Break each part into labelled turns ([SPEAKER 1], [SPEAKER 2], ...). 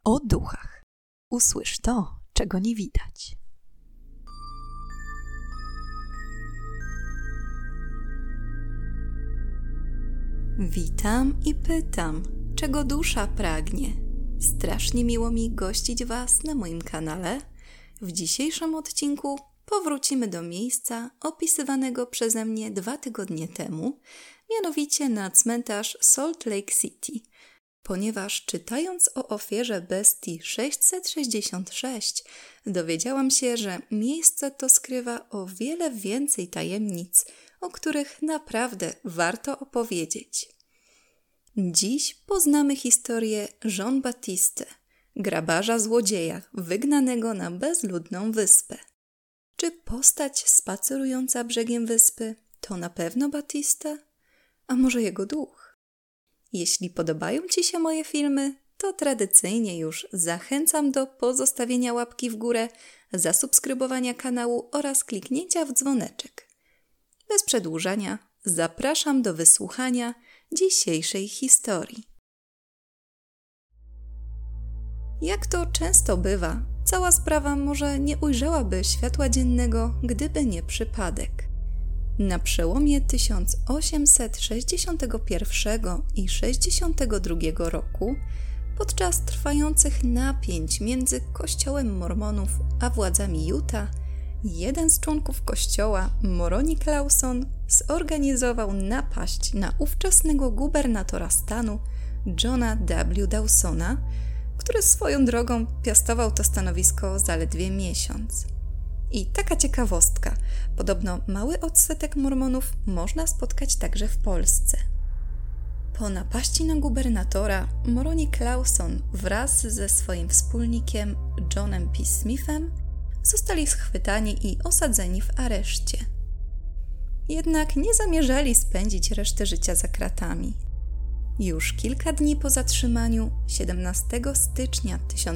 [SPEAKER 1] O duchach. Usłysz to, czego nie widać. Witam i pytam, czego dusza pragnie. Strasznie miło mi gościć Was na moim kanale. W dzisiejszym odcinku powrócimy do miejsca opisywanego przeze mnie 2 tygodnie temu, mianowicie na cmentarz Salt Lake City, ponieważ czytając o ofierze bestii 666 dowiedziałam się, że miejsce to skrywa o wiele więcej tajemnic, o których naprawdę warto opowiedzieć. Dziś poznamy historię Jean-Baptiste, grabarza złodzieja wygnanego na bezludną wyspę. Czy postać spacerująca brzegiem wyspy to na pewno Baptiste? A może jego duch? Jeśli podobają Ci się moje filmy, to tradycyjnie już zachęcam do pozostawienia łapki w górę, zasubskrybowania kanału oraz kliknięcia w dzwoneczek. Bez przedłużania zapraszam do wysłuchania dzisiejszej historii. Jak to często bywa, cała sprawa może nie ujrzałaby światła dziennego, gdyby nie przypadek. Na przełomie 1861 i 62 roku, podczas trwających napięć między kościołem mormonów a władzami Utah, jeden z członków kościoła, Moroni Clauson, zorganizował napaść na ówczesnego gubernatora stanu, Johna W. Dawsona, który swoją drogą piastował to stanowisko zaledwie miesiąc. I taka ciekawostka, podobno mały odsetek mormonów można spotkać także w Polsce. Po napaści na gubernatora, Moroni Clauson wraz ze swoim wspólnikiem Johnem P. Smithem zostali schwytani i osadzeni w areszcie. Jednak nie zamierzali spędzić reszty życia za kratami. Już kilka dni po zatrzymaniu, 17 stycznia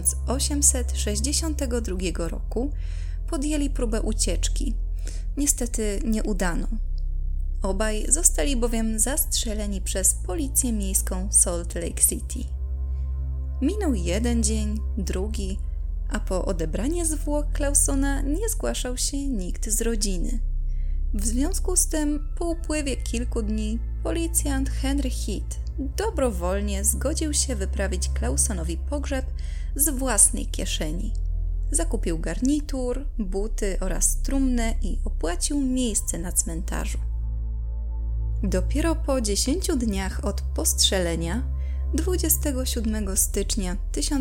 [SPEAKER 1] 1862 roku, podjęli próbę ucieczki, niestety nieudaną. Obaj zostali bowiem zastrzeleni przez policję miejską Salt Lake City. Minął jeden dzień, drugi, a po odebraniu zwłok Clausona nie zgłaszał się nikt z rodziny. W związku z tym, po upływie kilku dni, policjant Henry Heath dobrowolnie zgodził się wyprawić Clausonowi pogrzeb z własnej kieszeni. Zakupił garnitur, buty oraz trumnę i opłacił miejsce na cmentarzu. Dopiero po 10 dniach od postrzelenia, 27 stycznia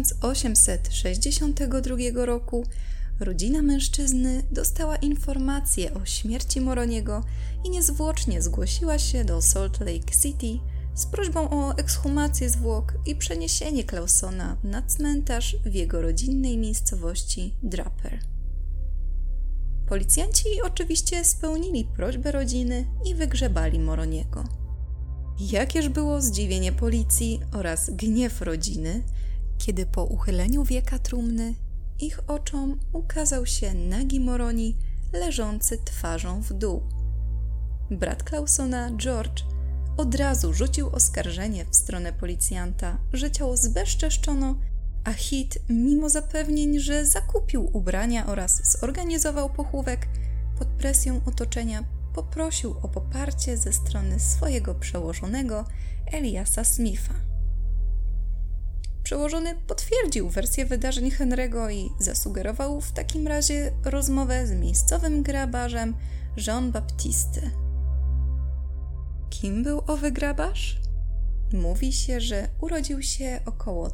[SPEAKER 1] 1862 roku, rodzina mężczyzny dostała informację o śmierci Moroniego i niezwłocznie zgłosiła się do Salt Lake City z prośbą o ekshumację zwłok i przeniesienie Clausona na cmentarz w jego rodzinnej miejscowości Draper. Policjanci oczywiście spełnili prośbę rodziny i wygrzebali Moroniego. Jakież było zdziwienie policji oraz gniew rodziny, kiedy po uchyleniu wieka trumny ich oczom ukazał się nagi Moroni leżący twarzą w dół. Brat Clausona, George, od razu rzucił oskarżenie w stronę policjanta, że ciało zbezczeszczono, a Heath, mimo zapewnień, że zakupił ubrania oraz zorganizował pochówek, pod presją otoczenia poprosił o poparcie ze strony swojego przełożonego Eliasa Smitha. Przełożony potwierdził wersję wydarzeń Henry'ego i zasugerował w takim razie rozmowę z miejscowym grabarzem Jean-Baptiste. Kim był owy grabarz? Mówi się, że urodził się około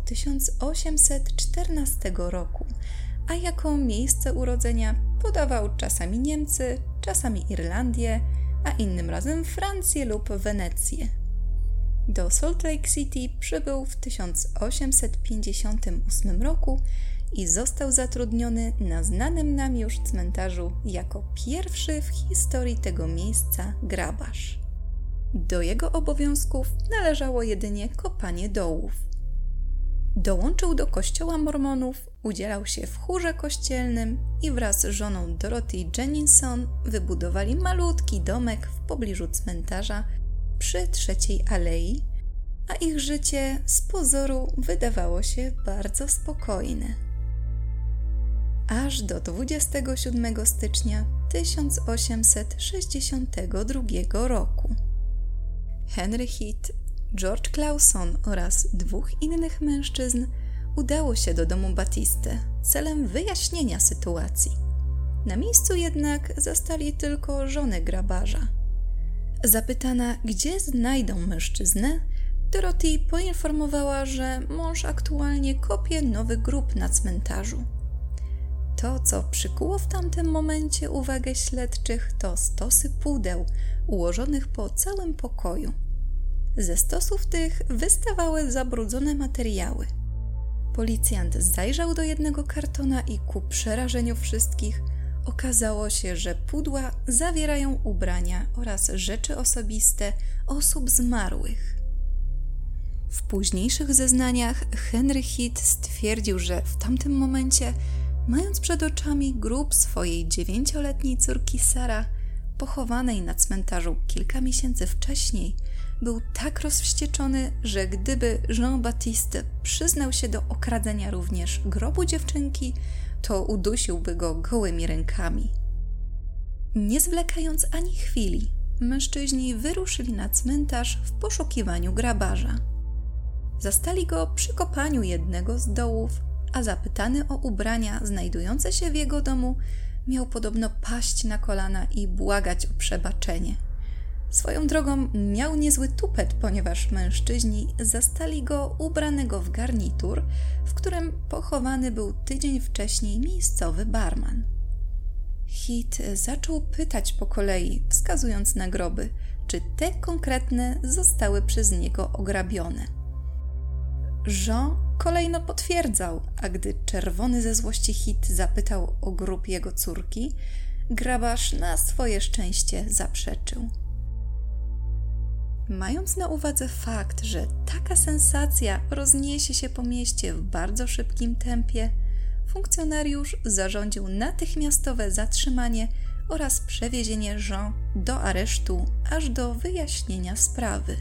[SPEAKER 1] 1814 roku, a jako miejsce urodzenia podawał czasami Niemcy, czasami Irlandię, a innym razem Francję lub Wenecję. Do Salt Lake City przybył w 1858 roku i został zatrudniony na znanym nam już cmentarzu jako pierwszy w historii tego miejsca grabarz. Do jego obowiązków należało jedynie kopanie dołów. Dołączył do kościoła mormonów, udzielał się w chórze kościelnym i wraz z żoną Dorothy Jenkinson wybudowali malutki domek w pobliżu cmentarza przy 3. Alei, a ich życie z pozoru wydawało się bardzo spokojne. Aż do 27 stycznia 1862 roku. Henry Heath, George Clawson oraz 2 innych mężczyzn udało się do domu Batisty celem wyjaśnienia sytuacji. Na miejscu jednak zastali tylko żonę grabarza. Zapytana, gdzie znajdą mężczyznę, Dorothy poinformowała, że mąż aktualnie kopie nowy grób na cmentarzu. To, co przykuło w tamtym momencie uwagę śledczych, to stosy pudeł ułożonych po całym pokoju. Ze stosów tych wystawały zabrudzone materiały. Policjant zajrzał do jednego kartona i ku przerażeniu wszystkich okazało się, że pudła zawierają ubrania oraz rzeczy osobiste osób zmarłych. W późniejszych zeznaniach Henry Heath stwierdził, że w tamtym momencie, mając przed oczami grób swojej 9-letniej córki Sarah, pochowanej na cmentarzu kilka miesięcy wcześniej, był tak rozwścieczony, że gdyby Jean-Baptiste przyznał się do okradzenia również grobu dziewczynki, to udusiłby go gołymi rękami. Nie zwlekając ani chwili, mężczyźni wyruszyli na cmentarz w poszukiwaniu grabarza. Zastali go przy kopaniu jednego z dołów, a zapytany o ubrania znajdujące się w jego domu, miał podobno paść na kolana i błagać o przebaczenie. Swoją drogą miał niezły tupet, ponieważ mężczyźni zastali go ubranego w garnitur, w którym pochowany był tydzień wcześniej miejscowy barman. Heath zaczął pytać po kolei, wskazując na groby, czy te konkretne zostały przez niego ograbione. Jean kolejno potwierdzał, a gdy czerwony ze złości Heath zapytał o grób jego córki, grabarz na swoje szczęście zaprzeczył. Mając na uwadze fakt, że taka sensacja rozniesie się po mieście w bardzo szybkim tempie, funkcjonariusz zarządził natychmiastowe zatrzymanie oraz przewiezienie Jean do aresztu aż do wyjaśnienia sprawy.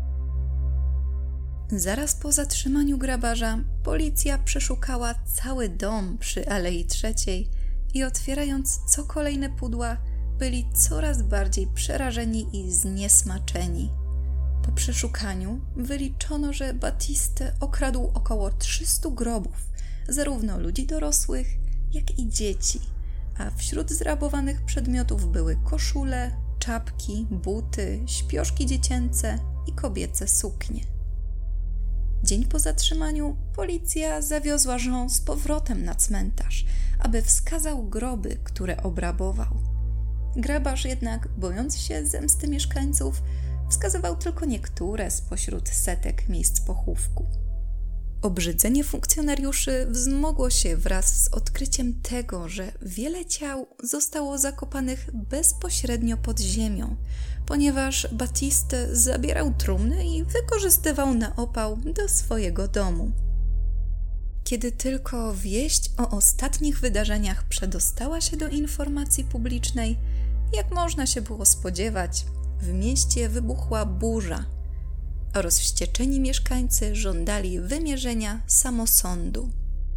[SPEAKER 1] Zaraz po zatrzymaniu grabarza policja przeszukała cały dom przy Alei Trzeciej i otwierając co kolejne pudła, byli coraz bardziej przerażeni i zniesmaczeni. Po przeszukaniu wyliczono, że Batiste okradł około 300 grobów, zarówno ludzi dorosłych, jak i dzieci, a wśród zrabowanych przedmiotów były koszule, czapki, buty, śpioszki dziecięce i kobiece suknie. Dzień po zatrzymaniu policja zawiozła Jean z powrotem na cmentarz, aby wskazał groby, które obrabował. Grabarz jednak, bojąc się zemsty mieszkańców, wskazywał tylko niektóre spośród setek miejsc pochówku. Obrzydzenie funkcjonariuszy wzmogło się wraz z odkryciem tego, że wiele ciał zostało zakopanych bezpośrednio pod ziemią, ponieważ Batiste zabierał trumny i wykorzystywał na opał do swojego domu. Kiedy tylko wieść o ostatnich wydarzeniach przedostała się do informacji publicznej, jak można się było spodziewać, w mieście wybuchła burza, a rozwścieczeni mieszkańcy żądali wymierzenia samosądu.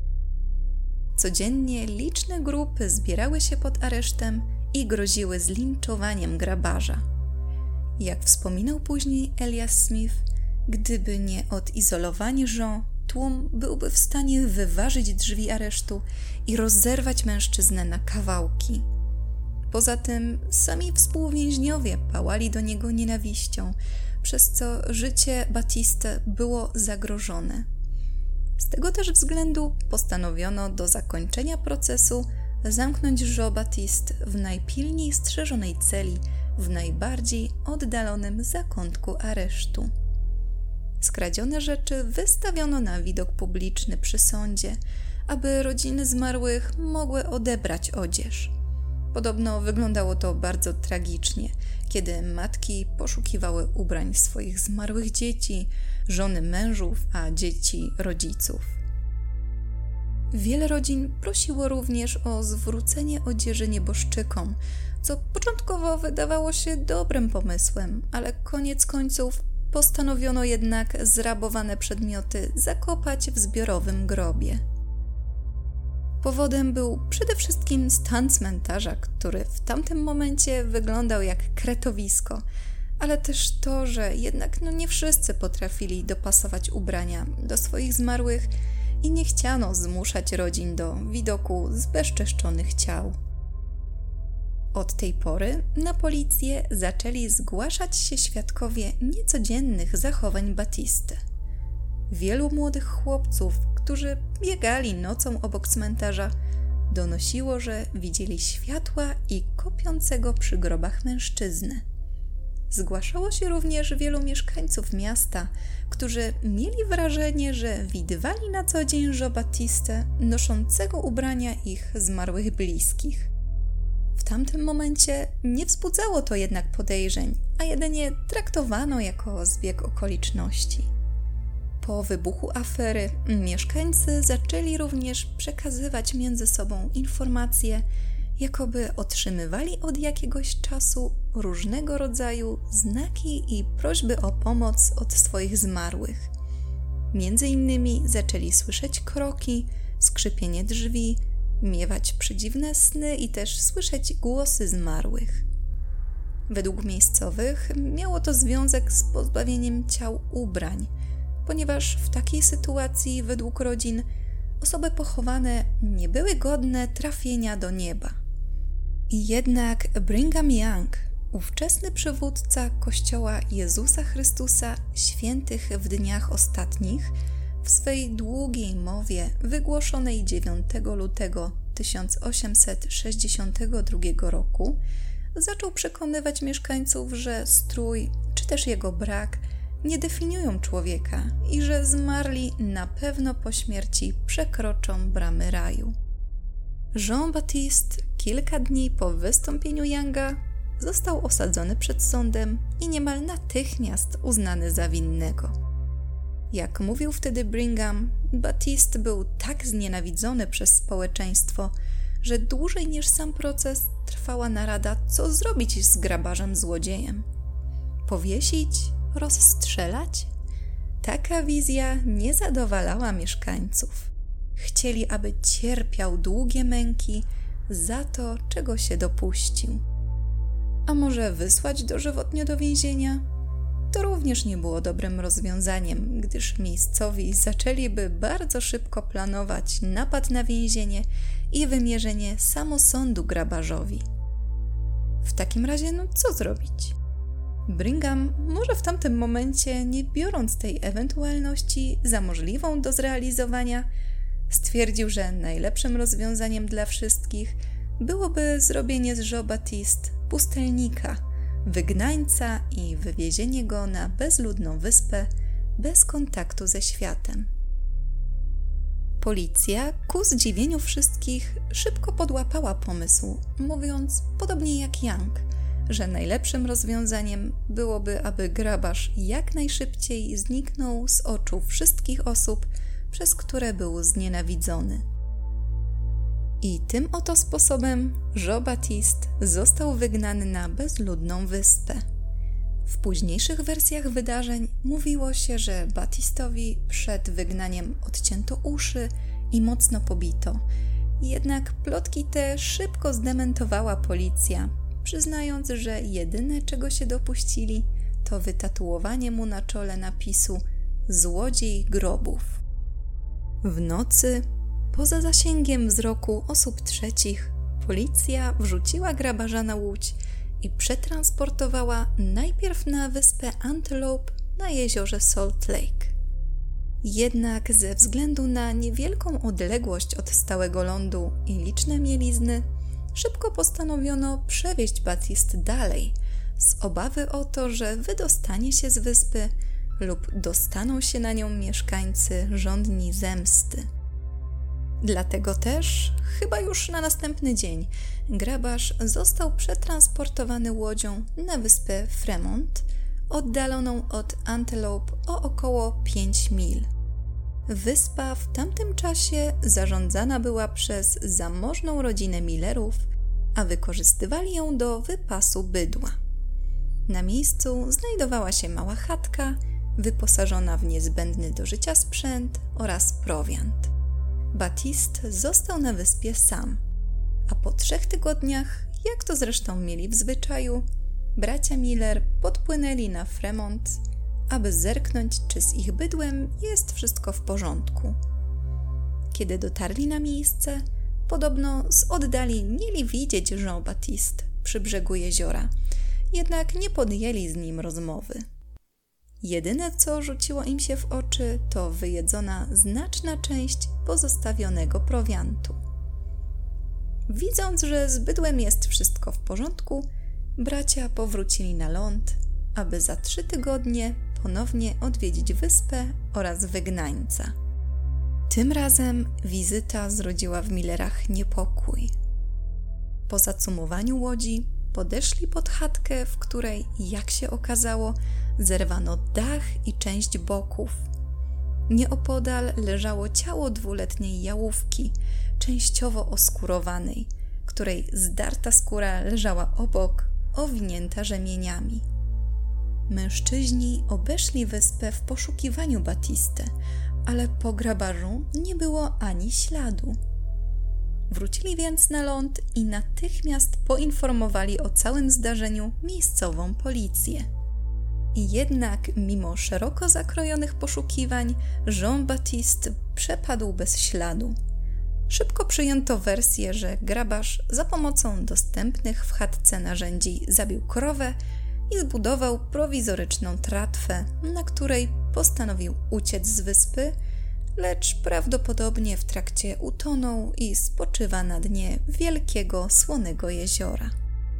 [SPEAKER 1] Codziennie liczne grupy zbierały się pod aresztem i groziły zlinczowaniem grabarza. Jak wspominał później Elias Smith, gdyby nie odizolowanie Jean, tłum byłby w stanie wyważyć drzwi aresztu i rozerwać mężczyznę na kawałki. Poza tym sami współwięźniowie pałali do niego nienawiścią, przez co życie Batiste było zagrożone. Z tego też względu postanowiono do zakończenia procesu zamknąć Jean-Baptiste w najpilniej strzeżonej celi w najbardziej oddalonym zakątku aresztu. Skradzione rzeczy wystawiono na widok publiczny przy sądzie, aby rodziny zmarłych mogły odebrać odzież. Podobno wyglądało to bardzo tragicznie, kiedy matki poszukiwały ubrań swoich zmarłych dzieci, żony mężów, a dzieci rodziców. Wiele rodzin prosiło również o zwrócenie odzieży nieboszczykom, co początkowo wydawało się dobrym pomysłem, ale koniec końców postanowiono jednak zrabowane przedmioty zakopać w zbiorowym grobie. Powodem był przede wszystkim stan cmentarza, który w tamtym momencie wyglądał jak kretowisko, ale też to, że jednak nie wszyscy potrafili dopasować ubrania do swoich zmarłych i nie chciano zmuszać rodzin do widoku zbezczeszczonych ciał. Od tej pory na policję zaczęli zgłaszać się świadkowie niecodziennych zachowań Batisty. Wielu młodych chłopców, którzy biegali nocą obok cmentarza, donosiło, że widzieli światła i kopiącego przy grobach mężczyznę. Zgłaszało się również wielu mieszkańców miasta, którzy mieli wrażenie, że widywali na co dzień Joe Batistę noszącego ubrania ich zmarłych bliskich. W tamtym momencie nie wzbudzało to jednak podejrzeń, a jedynie traktowano jako zbieg okoliczności. Po wybuchu afery mieszkańcy zaczęli również przekazywać między sobą informacje, jakoby otrzymywali od jakiegoś czasu różnego rodzaju znaki i prośby o pomoc od swoich zmarłych. Między innymi zaczęli słyszeć kroki, skrzypienie drzwi, miewać przedziwne sny i też słyszeć głosy zmarłych. Według miejscowych miało to związek z pozbawieniem ciał ubrań, ponieważ w takiej sytuacji, według rodzin, osoby pochowane nie były godne trafienia do nieba. I jednak Brigham Young, ówczesny przywódca Kościoła Jezusa Chrystusa Świętych w Dniach Ostatnich, w swej długiej mowie wygłoszonej 9 lutego 1862 roku zaczął przekonywać mieszkańców, że strój czy też jego brak nie definiują człowieka i że zmarli na pewno po śmierci przekroczą bramy raju. Jean-Baptiste kilka dni po wystąpieniu Younga został osadzony przed sądem i niemal natychmiast uznany za winnego. Jak mówił wtedy Brigham, Batiste był tak znienawidzony przez społeczeństwo, że dłużej niż sam proces trwała narada, co zrobić z grabarzem złodziejem. Powiesić? Rozstrzelać? Taka wizja nie zadowalała mieszkańców. Chcieli, aby cierpiał długie męki za to, czego się dopuścił. A może wysłać dożywotnie do więzienia? To również nie było dobrym rozwiązaniem, gdyż miejscowi zaczęliby bardzo szybko planować napad na więzienie i wymierzenie samosądu grabarzowi. W takim razie, co zrobić? Brigham, może w tamtym momencie nie biorąc tej ewentualności za możliwą do zrealizowania, stwierdził, że najlepszym rozwiązaniem dla wszystkich byłoby zrobienie z Joe Batiste pustelnika, wygnańca i wywiezienie go na bezludną wyspę bez kontaktu ze światem. Policja, ku zdziwieniu wszystkich, szybko podłapała pomysł, mówiąc, podobnie jak Young, że najlepszym rozwiązaniem byłoby, aby grabarz jak najszybciej zniknął z oczu wszystkich osób, przez które był znienawidzony. I tym oto sposobem Joe Batiste został wygnany na bezludną wyspę. W późniejszych wersjach wydarzeń mówiło się, że Batistowi przed wygnaniem odcięto uszy i mocno pobito. Jednak plotki te szybko zdementowała policja, przyznając, że jedyne czego się dopuścili to wytatuowanie mu na czole napisu „Złodziej grobów”. W nocy, poza zasięgiem wzroku osób trzecich, policja wrzuciła grabarza na łódź i przetransportowała najpierw na wyspę Antelope na jeziorze Salt Lake. Jednak ze względu na niewielką odległość od stałego lądu i liczne mielizny, szybko postanowiono przewieźć Batiste dalej, z obawy o to, że wydostanie się z wyspy lub dostaną się na nią mieszkańcy żądni zemsty. Dlatego też, chyba już na następny dzień, grabarz został przetransportowany łodzią na wyspę Fremont, oddaloną od Antelope o około 5 mil. Wyspa w tamtym czasie zarządzana była przez zamożną rodzinę Millerów, a wykorzystywali ją do wypasu bydła. Na miejscu znajdowała się mała chatka, wyposażona w niezbędny do życia sprzęt oraz prowiant. Baptiste został na wyspie sam, a po 3 tygodniach, jak to zresztą mieli w zwyczaju, bracia Miller podpłynęli na Fremont, aby zerknąć, czy z ich bydłem jest wszystko w porządku. Kiedy dotarli na miejsce, podobno z oddali mieli widzieć Jean-Baptiste przy brzegu jeziora, jednak nie podjęli z nim rozmowy. Jedyne, co rzuciło im się w oczy, to wyjedzona znaczna część pozostawionego prowiantu. Widząc, że z bydłem jest wszystko w porządku, bracia powrócili na ląd, aby za 3 tygodnie ponownie odwiedzić wyspę oraz wygnańca. Tym razem wizyta zrodziła w Millerach niepokój. Po zacumowaniu łodzi podeszli pod chatkę, w której, jak się okazało, zerwano dach i część boków. Nieopodal leżało ciało 2-letniej jałówki, częściowo oskurowanej, której zdarta skóra leżała obok, owinięta rzemieniami. Mężczyźni obeszli wyspę w poszukiwaniu Baptiste, ale po grabarzu nie było ani śladu. Wrócili więc na ląd i natychmiast poinformowali o całym zdarzeniu miejscową policję. Jednak mimo szeroko zakrojonych poszukiwań Jean-Baptiste przepadł bez śladu. Szybko przyjęto wersję, że grabarz za pomocą dostępnych w chatce narzędzi zabił krowę i zbudował prowizoryczną tratwę, na której postanowił uciec z wyspy, lecz prawdopodobnie w trakcie utonął i spoczywa na dnie wielkiego, słonego jeziora.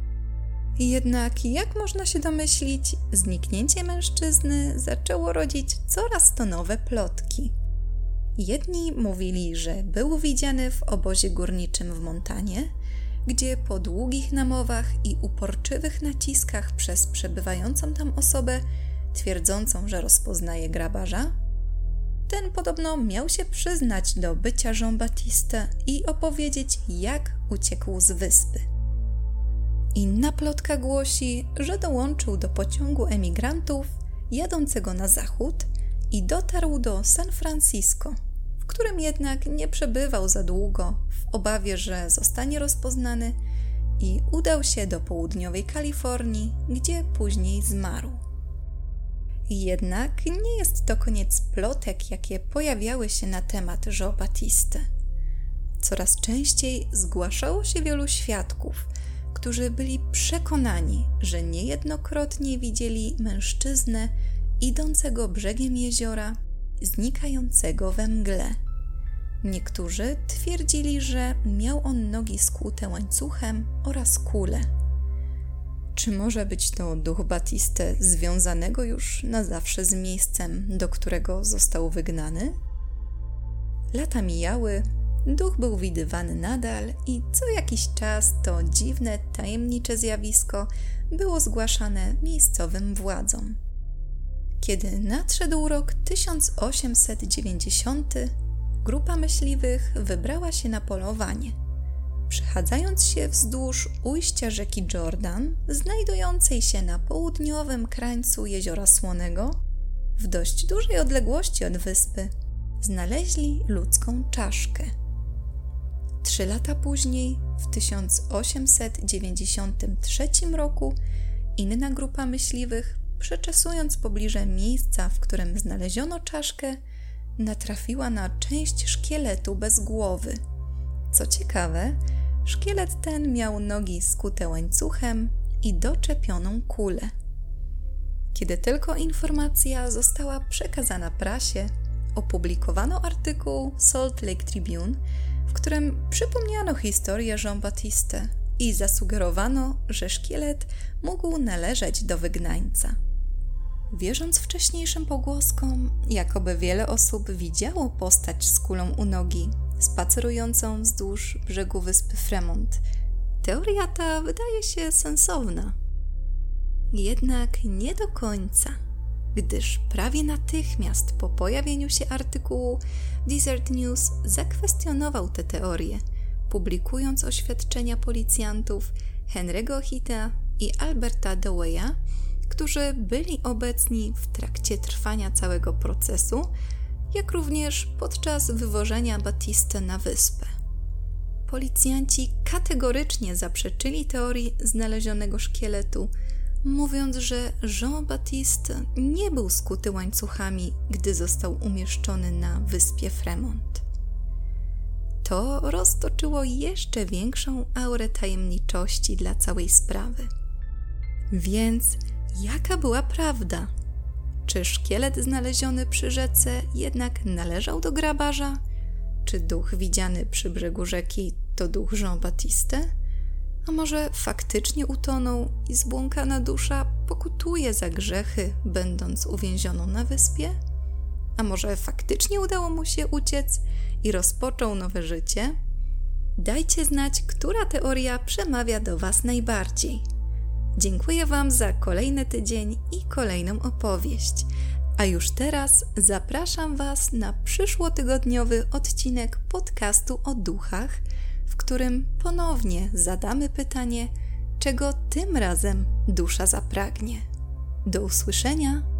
[SPEAKER 1] Jednak, jak można się domyślić, zniknięcie mężczyzny zaczęło rodzić coraz to nowe plotki. Jedni mówili, że był widziany w obozie górniczym w Montanie, gdzie po długich namowach i uporczywych naciskach przez przebywającą tam osobę, twierdzącą, że rozpoznaje grabarza, ten podobno miał się przyznać do bycia Jean-Baptiste i opowiedzieć, jak uciekł z wyspy. Inna plotka głosi, że dołączył do pociągu emigrantów jadącego na zachód i dotarł do San Francisco, w którym jednak nie przebywał za długo w obawie, że zostanie rozpoznany, i udał się do południowej Kalifornii, gdzie później zmarł. Jednak nie jest to koniec plotek, jakie pojawiały się na temat Jean-Baptiste. Coraz częściej zgłaszało się wielu świadków, którzy byli przekonani, że niejednokrotnie widzieli mężczyznę idącego brzegiem jeziora, znikającego we mgle. Niektórzy twierdzili, że miał on nogi skłute łańcuchem oraz kulę. Czy może być to duch Baptiste związanego już na zawsze z miejscem, do którego został wygnany? Lata mijały, duch był widywany nadal i co jakiś czas to dziwne, tajemnicze zjawisko było zgłaszane miejscowym władzom. Kiedy nadszedł rok 1890, grupa myśliwych wybrała się na polowanie. Przechadzając się wzdłuż ujścia rzeki Jordan, znajdującej się na południowym krańcu Jeziora Słonego, w dość dużej odległości od wyspy, znaleźli ludzką czaszkę. 3 lata później, w 1893 roku, inna grupa myśliwych, przeczesując pobliże miejsca, w którym znaleziono czaszkę, natrafiła na część szkieletu bez głowy. Co ciekawe, szkielet ten miał nogi skute łańcuchem i doczepioną kulę. Kiedy tylko informacja została przekazana prasie, opublikowano artykuł Salt Lake Tribune, w którym przypomniano historię Jean-Baptiste i zasugerowano, że szkielet mógł należeć do wygnańca. Wierząc wcześniejszym pogłoskom, jakoby wiele osób widziało postać z kulą u nogi, spacerującą wzdłuż brzegu wyspy Fremont, teoria ta wydaje się sensowna. Jednak nie do końca, gdyż prawie natychmiast po pojawieniu się artykułu Desert News zakwestionował tę teorię, publikując oświadczenia policjantów Henry'ego Heath'a i Alberta Dewey'a, którzy byli obecni w trakcie trwania całego procesu, jak również podczas wywożenia Batiste na wyspę. Policjanci kategorycznie zaprzeczyli teorii znalezionego szkieletu, mówiąc, że Jean-Baptiste nie był skuty łańcuchami, gdy został umieszczony na wyspie Fremont. To roztoczyło jeszcze większą aurę tajemniczości dla całej sprawy. Więc jaka była prawda? Czy szkielet znaleziony przy rzece jednak należał do grabarza? Czy duch widziany przy brzegu rzeki to duch Jean-Baptiste? A może faktycznie utonął i zbłąkana dusza pokutuje za grzechy, będąc uwięzioną na wyspie? A może faktycznie udało mu się uciec i rozpoczął nowe życie? Dajcie znać, która teoria przemawia do Was najbardziej. Dziękuję Wam za kolejny tydzień i kolejną opowieść. A już teraz zapraszam Was na przyszłotygodniowy odcinek podcastu o duchach, w którym ponownie zadamy pytanie, czego tym razem dusza zapragnie. Do usłyszenia!